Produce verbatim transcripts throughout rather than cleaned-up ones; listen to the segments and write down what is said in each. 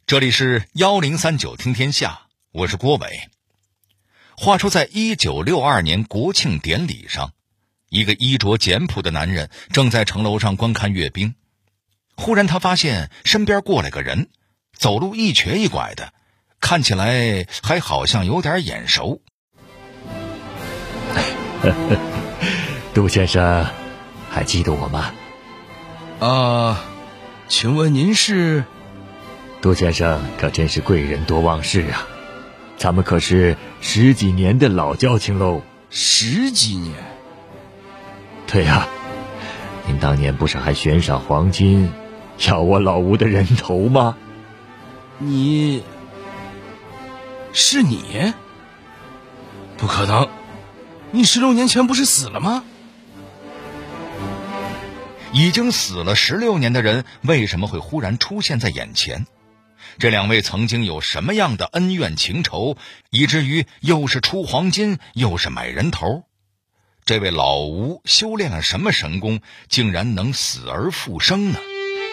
这里是一零三九听天下，我是郭伟。话说在一九六二年国庆典礼上，一个衣着简朴的男人正在城楼上观看阅兵。忽然他发现身边过来个人，走路一瘸一拐的，看起来还好像有点眼熟。 杜先生，还记得我吗？ 啊，请问您是？ 杜先生可真是贵人多忘事啊，咱们可是十几年的老交情喽。 十几年？ 对呀，您当年不是还悬赏黄金要我老吴的人头吗？ 你是你？不可能，你十六年前不是死了吗？ 已经死了十六年的人为什么会忽然出现在眼前？这两位曾经有什么样的恩怨情仇，以至于又是出黄金又是买人头？这位老吴修炼了什么神功，竟然能死而复生呢？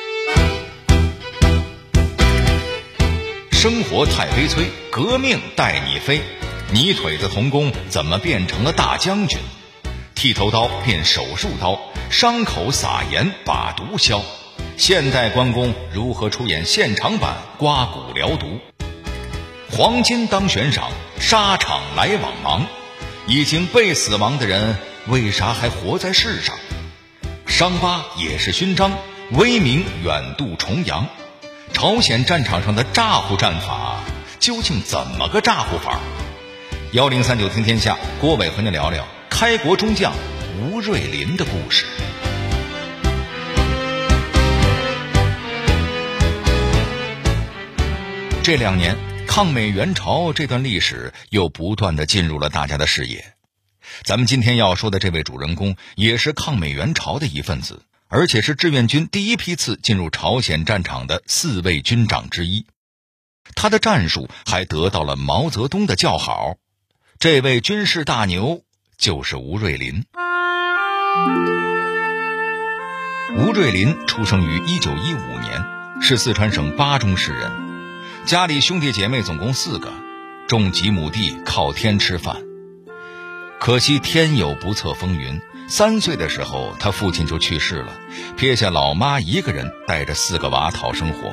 生活太悲催，革命带你飞。泥腿子童工怎么变成了大将军？剃头刀变手术刀，伤口撒盐把毒消。现代关公如何出演现场版刮骨疗毒？黄金当悬赏，沙场来往忙。已经被死亡的人为啥还活在世上？伤疤也是勋章，威名远渡重洋。朝鲜战场上的诈唬战法究竟怎么个诈唬法？一零三九听天下，郭伟和你聊聊开国中将吴瑞麟的故事。这两年抗美援朝这段历史又不断地进入了大家的视野。咱们今天要说的这位主人公也是抗美援朝的一份子，而且是志愿军第一批次进入朝鲜战场的四位军长之一。他的战术还得到了毛泽东的叫好。这位军事大牛就是吴瑞麟。吴瑞麟出生于一九一五年，是四川省巴中市人。家里兄弟姐妹总共四个，种几亩地靠天吃饭。可惜天有不测风云，三岁的时候他父亲就去世了，撇下老妈一个人带着四个娃讨生活。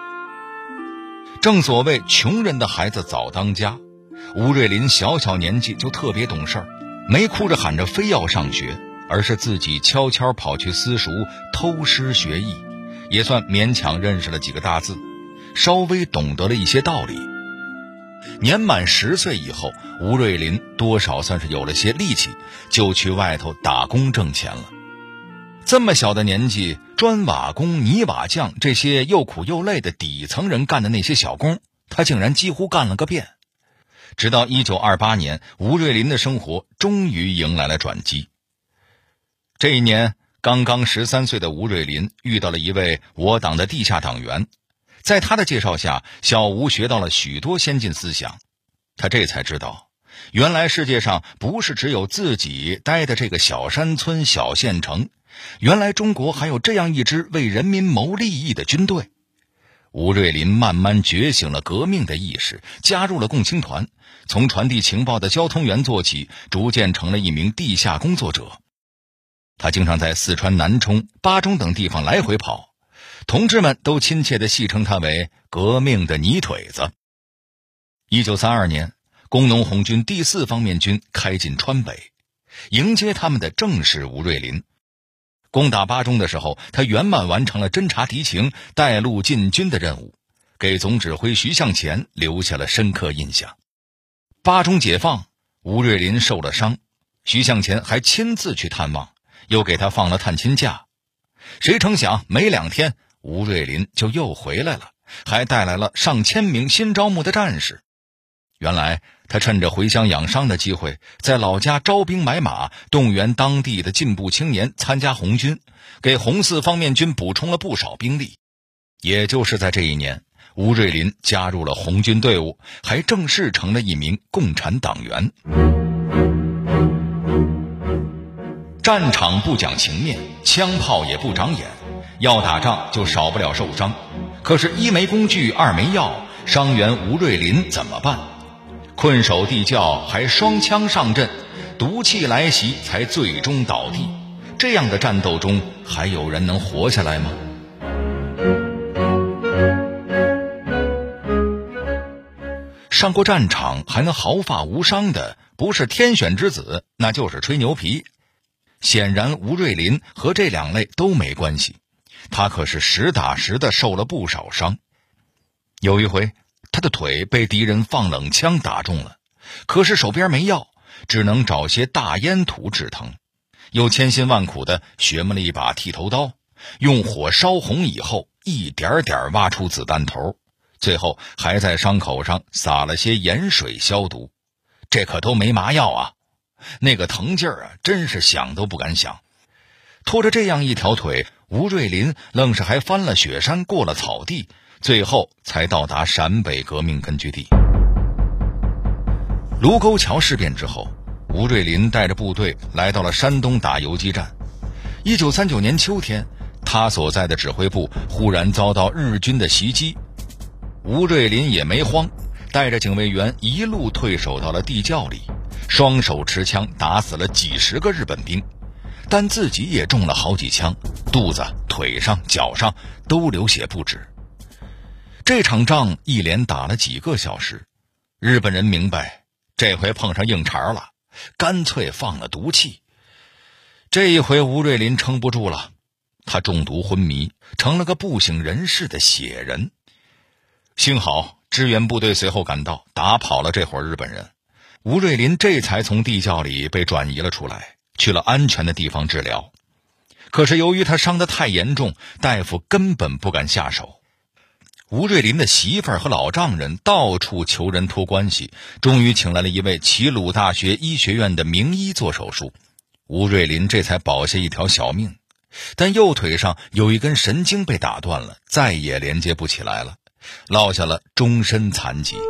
正所谓穷人的孩子早当家，吴瑞麟小小年纪就特别懂事儿，没哭着喊着非要上学，而是自己悄悄跑去私塾偷师学艺，也算勉强认识了几个大字，稍微懂得了一些道理。年满十岁以后，吴瑞麟多少算是有了些力气，就去外头打工挣钱了。这么小的年纪，砖瓦工、泥瓦匠这些又苦又累的底层人干的那些小工，他竟然几乎干了个遍。直到一九二八年，吴瑞麟的生活终于迎来了转机。这一年，刚刚十三岁的吴瑞麟遇到了一位我党的地下党员，在他的介绍下，小吴学到了许多先进思想。他这才知道，原来世界上不是只有自己待的这个小山村小县城，原来中国还有这样一支为人民谋利益的军队。吴瑞麟慢慢觉醒了革命的意识，加入了共青团，从传递情报的交通员做起，逐渐成了一名地下工作者。他经常在四川南充、巴中等地方来回跑，同志们都亲切地戏称他为革命的泥腿子。一九三二年，工农红军第四方面军开进川北，迎接他们的正是吴瑞麟。攻打巴中的时候，他圆满完成了侦察敌情、带路进军的任务，给总指挥徐向前留下了深刻印象。巴中解放，吴瑞麟受了伤，徐向前还亲自去探望，又给他放了探亲假。谁成想没两天，吴瑞麟就又回来了，还带来了上千名新招募的战士。原来他趁着回乡养伤的机会，在老家招兵买马，动员当地的进步青年参加红军，给红四方面军补充了不少兵力。也就是在这一年，吴瑞麟加入了红军队伍，还正式成了一名共产党员。战场不讲情面，枪炮也不长眼，要打仗就少不了受伤。 可是，一没工具，二没药，伤员吴瑞林怎么办？困守地窖，还双枪上阵，毒气来袭，才最终倒地。这样的战斗中，还有人能活下来吗？上过战场还能毫发无伤的，不是天选之子，那就是吹牛皮。显然吴瑞林和这两类都没关系，他可是实打实的受了不少伤。有一回他的腿被敌人放冷枪打中了，可是手边没药，只能找些大烟土止疼，又千辛万苦的学摸了一把剃头刀，用火烧红以后一点点挖出子弹头，最后还在伤口上撒了些盐水消毒。这可都没麻药啊，那个疼劲儿啊，真是想都不敢想。拖着这样一条腿，吴瑞林愣是还翻了雪山，过了草地，最后才到达陕北革命根据地。卢沟桥事变之后，吴瑞林带着部队来到了山东打游击战。一九三九年秋天，他所在的指挥部忽然遭到日军的袭击，吴瑞林也没慌，带着警卫员一路退守到了地窖里，双手持枪打死了几十个日本兵，但自己也中了好几枪，肚子、腿上、脚上都流血不止。这场仗一连打了几个小时，日本人明白这回碰上硬茬了，干脆放了毒气。这一回吴瑞林撑不住了，他中毒昏迷，成了个不省人事的血人。幸好支援部队随后赶到，打跑了这伙日本人，吴瑞林这才从地窖里被转移了出来，去了安全的地方治疗。可是由于他伤得太严重，大夫根本不敢下手。吴瑞林的媳妇儿和老丈人到处求人托关系，终于请来了一位齐鲁大学医学院的名医做手术，吴瑞林这才保下一条小命。但右腿上有一根神经被打断了，再也连接不起来了，落下了终身残疾。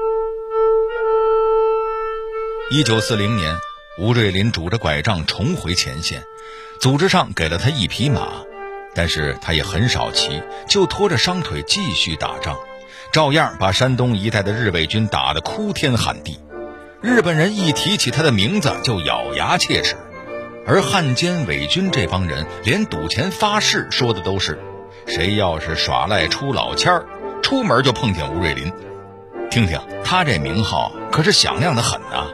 一九四零年，吴瑞林拄着拐杖重回前线，组织上给了他一匹马，但是他也很少骑，就拖着伤腿继续打仗，照样把山东一带的日伪军打得哭天喊地。日本人一提起他的名字就咬牙切齿，而汉奸伪军这帮人连赌钱发誓说的都是，谁要是耍赖出老千儿，出门就碰见吴瑞林。听听他这名号可是响亮的很啊。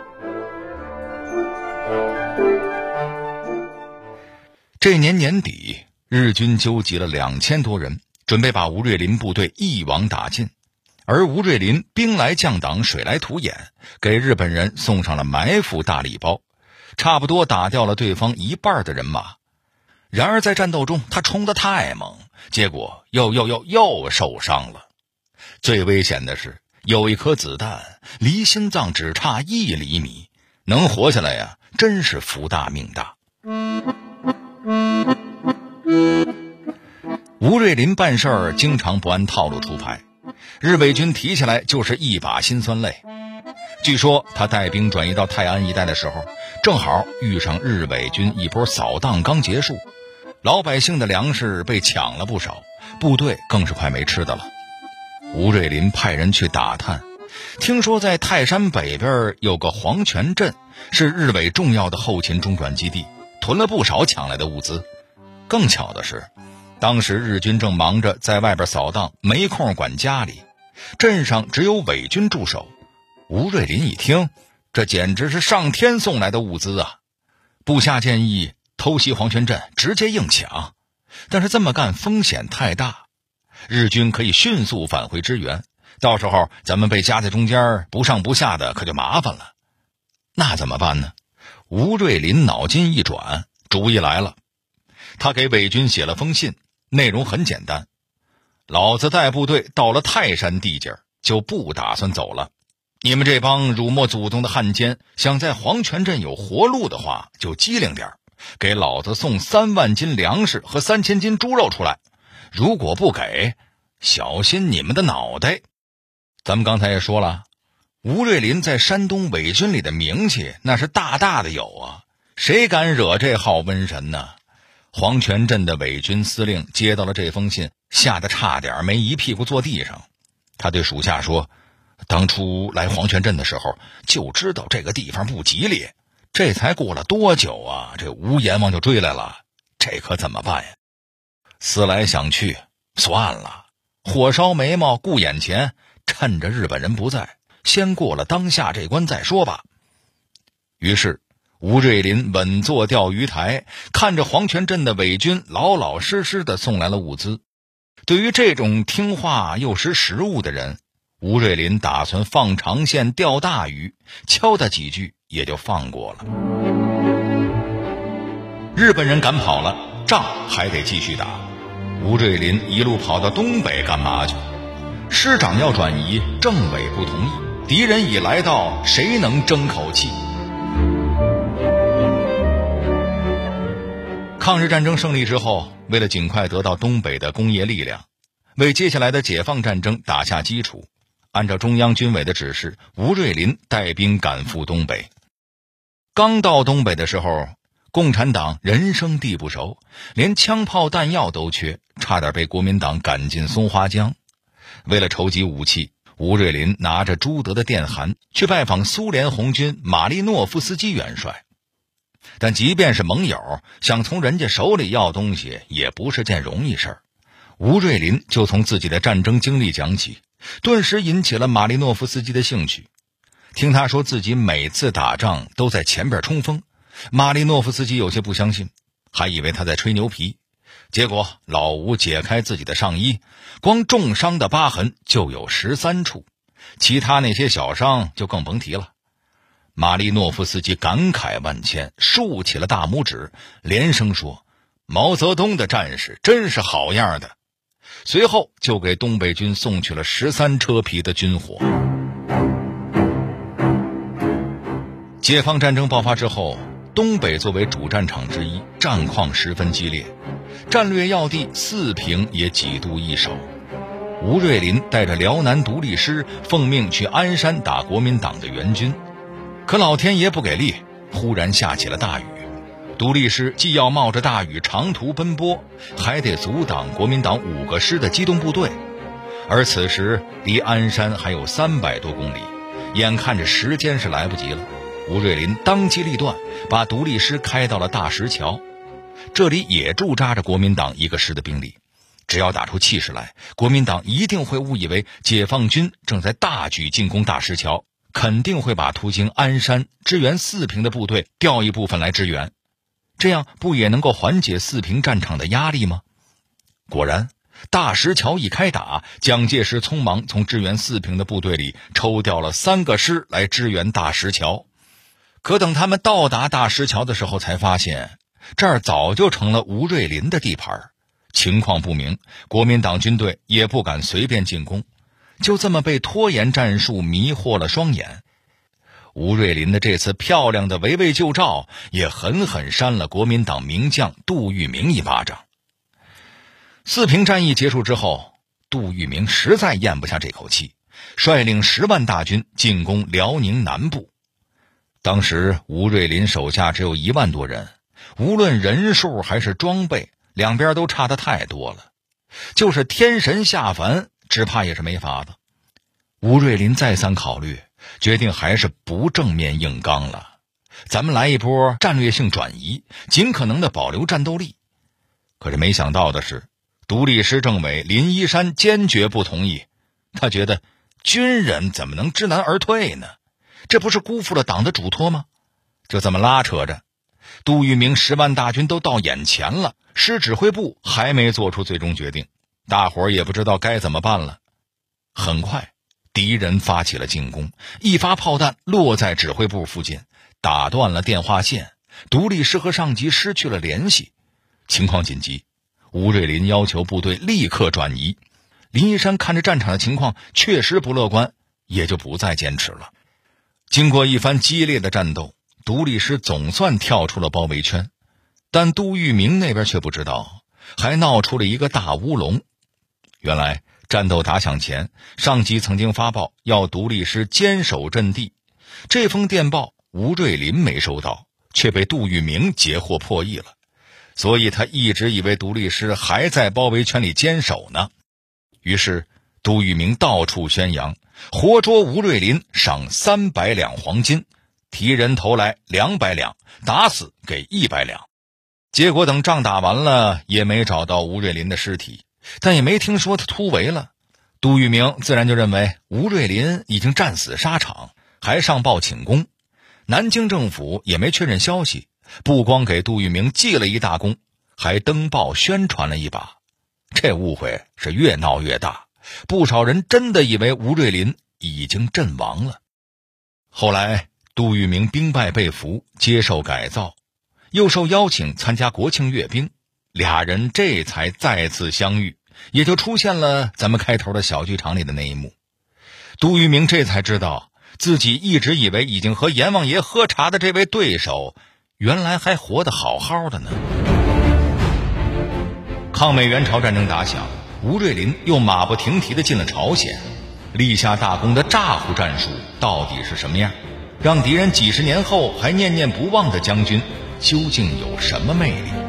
这年年底，日军纠集了两千多人，准备把吴瑞林部队一网打尽。而吴瑞林兵来将挡，水来土掩，给日本人送上了埋伏大礼包，差不多打掉了对方一半的人马。然而在战斗中他冲得太猛，结果又又又又受伤了。最危险的是有一颗子弹离心脏只差一厘米，能活下来呀，真是福大命大。吴瑞林办事儿经常不按套路出牌，日伪军提起来就是一把辛酸泪。据说他带兵转移到泰安一带的时候，正好遇上日伪军一波扫荡刚结束，老百姓的粮食被抢了不少，部队更是快没吃的了。吴瑞林派人去打探，听说在泰山北边有个黄泉镇，是日伪重要的后勤中转基地，囤了不少抢来的物资。更巧的是，当时日军正忙着在外边扫荡，没空管家里，镇上只有伪军驻守。吴瑞林一听，这简直是上天送来的物资啊！部下建议偷袭黄泉镇，直接硬抢，但是这么干风险太大，日军可以迅速返回支援，到时候咱们被夹在中间，不上不下的可就麻烦了。那怎么办呢？吴瑞林脑筋一转，主意来了。他给伪军写了封信，内容很简单：老子带部队到了泰山地界，就不打算走了。你们这帮辱没祖宗的汉奸，想在黄泉镇有活路的话，就机灵点，给老子送三万斤粮食和三千斤猪肉出来。如果不给，小心你们的脑袋。咱们刚才也说了，吴瑞林在山东伪军里的名气那是大大的有啊，谁敢惹这号瘟神呢？ 黄泉镇的伪军司令接到了这封信，吓得差点没一屁股坐地上。他对属下说，当初来黄泉镇的时候就知道这个地方不吉利，这才过了多久啊，这吴阎王就追来了，这可怎么办呀？思来想去，算了，火烧眉毛顾眼前，趁着日本人不在，先过了当下这关再说吧。于是吴瑞林稳坐钓鱼台，看着黄泉镇的伪军老老实实地送来了物资。对于这种听话又识时务的人，吴瑞林打算放长线钓大鱼，敲他几句也就放过了。日本人赶跑了，仗还得继续打。吴瑞林一路跑到东北干嘛去？师长要转移，政委不同意，敌人已来到，谁能争口气？抗日战争胜利之后，为了尽快得到东北的工业力量，为接下来的解放战争打下基础，按照中央军委的指示，吴瑞林带兵赶赴东北。刚到东北的时候，共产党人生地不熟，连枪炮弹药都缺，差点被国民党赶进松花江。为了筹集武器，吴瑞林拿着朱德的电函去拜访苏联红军马利诺夫斯基元帅。但即便是盟友，想从人家手里要东西也不是件容易事儿。吴瑞林就从自己的战争经历讲起，顿时引起了马利诺夫斯基的兴趣。听他说自己每次打仗都在前边冲锋，马利诺夫斯基有些不相信，还以为他在吹牛皮。结果老吴解开自己的上衣，光重伤的疤痕就有十三处，其他那些小伤就更甭提了。马利诺夫斯基感慨万千，竖起了大拇指，连声说，毛泽东的战士真是好样的。随后就给东北军送去了十三车皮的军火。解放战争爆发之后，东北作为主战场之一，战况十分激烈，战略要地四平也几度易手。吴瑞林带着辽南独立师奉命去鞍山打国民党的援军，可老天爷不给力，忽然下起了大雨。独立师既要冒着大雨长途奔波，还得阻挡国民党五个师的机动部队，而此时离鞍山还有三百多公里，眼看着时间是来不及了。吴瑞林当机立断，把独立师开到了大石桥，这里也驻扎着国民党一个师的兵力。只要打出气势来，国民党一定会误以为解放军正在大举进攻大石桥，肯定会把途经鞍山支援四平的部队调一部分来支援，这样不也能够缓解四平战场的压力吗？果然，大石桥一开打，蒋介石匆忙从支援四平的部队里抽调了三个师来支援大石桥。可等他们到达大石桥的时候，才发现这儿早就成了吴瑞林的地盘，情况不明，国民党军队也不敢随便进攻，就这么被拖延战术迷惑了双眼。吴瑞林的这次漂亮的围魏救赵，也狠狠扇了国民党名将杜聿明一巴掌。四平战役结束之后，杜聿明实在咽不下这口气，率领十万大军进攻辽宁南部。当时吴瑞林手下只有一万多人，无论人数还是装备，两边都差得太多了，就是天神下凡，只怕也是没法子。吴瑞林再三考虑，决定还是不正面硬刚了，咱们来一波战略性转移，尽可能的保留战斗力。可是没想到的是，独立师政委林一山坚决不同意，他觉得军人怎么能知难而退呢？这不是辜负了党的嘱托吗？就这么拉扯着，杜聿明十万大军都到眼前了，师指挥部还没做出最终决定，大伙儿也不知道该怎么办了。很快敌人发起了进攻，一发炮弹落在指挥部附近，打断了电话线，独立师和上级失去了联系。情况紧急，吴瑞林要求部队立刻转移。林一山看着战场的情况确实不乐观，也就不再坚持了。经过一番激烈的战斗，独立师总算跳出了包围圈，但杜聿明那边却不知道，还闹出了一个大乌龙。原来战斗打响前，上级曾经发报要独立师坚守阵地，这封电报吴瑞林没收到，却被杜聿明截获破译了。 所以他一直以为杜律师还在包围圈里坚守呢。于是杜聿明到处宣扬，活捉吴瑞麟赏三百两黄金，提人头来两百两，打死给一百两。结果等仗打完了，也没找到吴瑞麟的尸体，但也没听说他突围了。杜聿明自然就认为吴瑞麟已经战死沙场，还上报请功。南京政府也没确认消息，不光给杜聿明记了一大功，还登报宣传了一把。这误会是越闹越大，不少人真的以为吴瑞麟已经阵亡了。后来杜聿明兵败被俘，接受改造，又受邀请参加国庆阅兵，俩人这才再次相遇，也就出现了咱们开头的小剧场里的那一幕。杜聿明这才知道，自己一直以为已经和阎王爷喝茶的这位对手，原来还活得好好的呢。抗美援朝战争打响，吴瑞麟又马不停蹄地进了朝鲜，立下大功的诈唬战术到底是什么样？让敌人几十年后还念念不忘的将军究竟有什么魅力？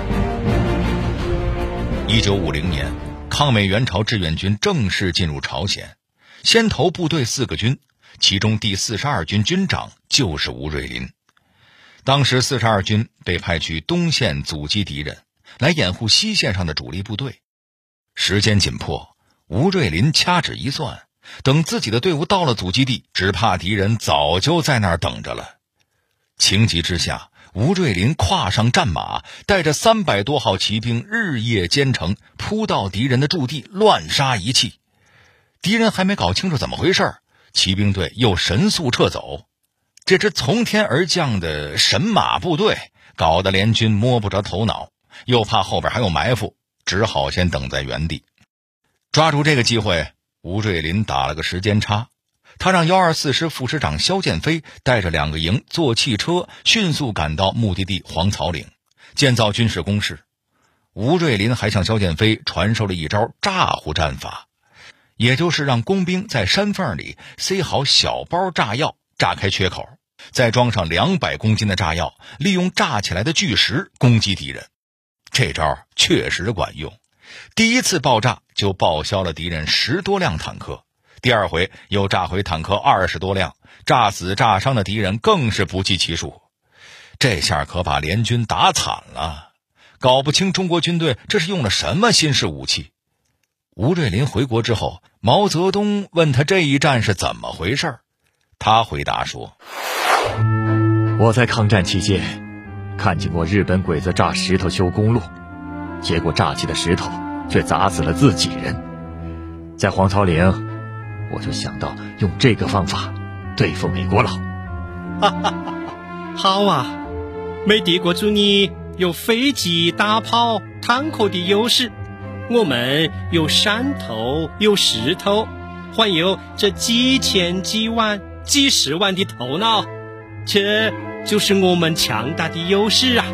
一九五零年，抗美援朝志愿军正式进入朝鲜，先头部队四个军，其中第四十二军军长就是吴瑞麟。当时四十二军被派去东线阻击敌人，来掩护西线上的主力部队。时间紧迫，吴瑞麟掐指一算，等自己的队伍到了阻击地，只怕敌人早就在那儿等着了。情急之下，吴瑞麟跨上战马，带着三百多号骑兵日夜兼程，扑到敌人的驻地，乱杀一气。敌人还没搞清楚怎么回事，骑兵队又神速撤走。这支从天而降的神马部队搞得联军摸不着头脑，又怕后边还有埋伏，只好先等在原地。抓住这个机会，吴瑞麟打了个时间差，他让一二四师副师长萧剑飞带着两个营坐汽车迅速赶到目的地黄草岭，建造军事工事。吴瑞麟还向萧剑飞传授了一招诈唬战法，也就是让工兵在山缝里塞好小包炸药，炸开缺口，再装上两百公斤的炸药，利用炸起来的巨石攻击敌人。这招确实管用，第一次爆炸就报销了敌人十多辆坦克，第二回又炸回坦克二十多辆，炸死炸伤的敌人更是不计其数。这下可把联军打惨了，搞不清中国军队这是用了什么新式武器。吴瑞麟回国之后，毛泽东问他这一战是怎么回事，他回答说： 我在抗战期间看见过日本鬼子炸石头修公路，结果炸起的石头却砸死了自己人。在黄草岭，我就想到用这个方法对付美国佬。 哈哈哈，好啊，美帝国主义有飞机、大炮、坦克的优势，我们有山头、有石头，还有这几千、几万、几十万的头脑，这就是我们强大的优势啊！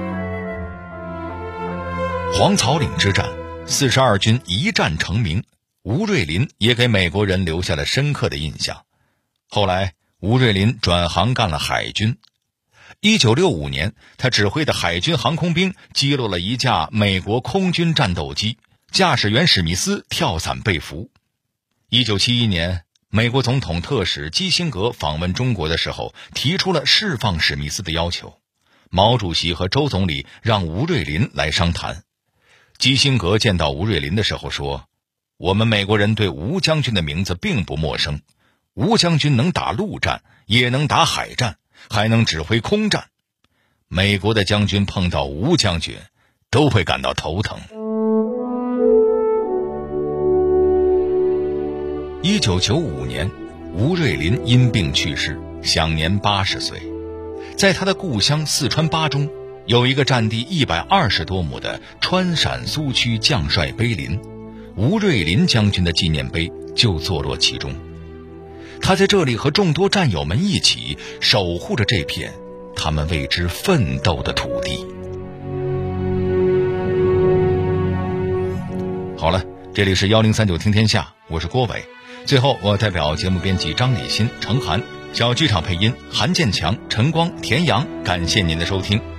黄草岭之战，四十二军一战成名，吴瑞麟也给美国人留下了深刻的印象。后来吴瑞麟转行干了海军。一九六五年，他指挥的海军航空兵击落了一架美国空军战斗机，驾驶员史密斯跳伞被俘。一九七一年，美国总统特使基辛格访问中国的时候，提出了释放史密斯的要求。毛主席和周总理让吴瑞麟来商谈。基辛格见到吴瑞麟的时候说：我们美国人对吴将军的名字并不陌生，吴将军能打陆战，也能打海战，还能指挥空战。美国的将军碰到吴将军都会感到头疼。一九九五年，吴瑞麟因病去世，享年八十岁。在他的故乡四川巴中，有一个占地一百二十多亩的川陕苏区将帅碑林，吴瑞麟将军的纪念碑就坐落其中。他在这里和众多战友们一起守护着这片他们为之奋斗的土地。好了，这里是一零三九听天下，我是郭伟。最后，我代表节目编辑张礼新、程涵，小剧场配音韩建强、陈光、田阳，感谢您的收听。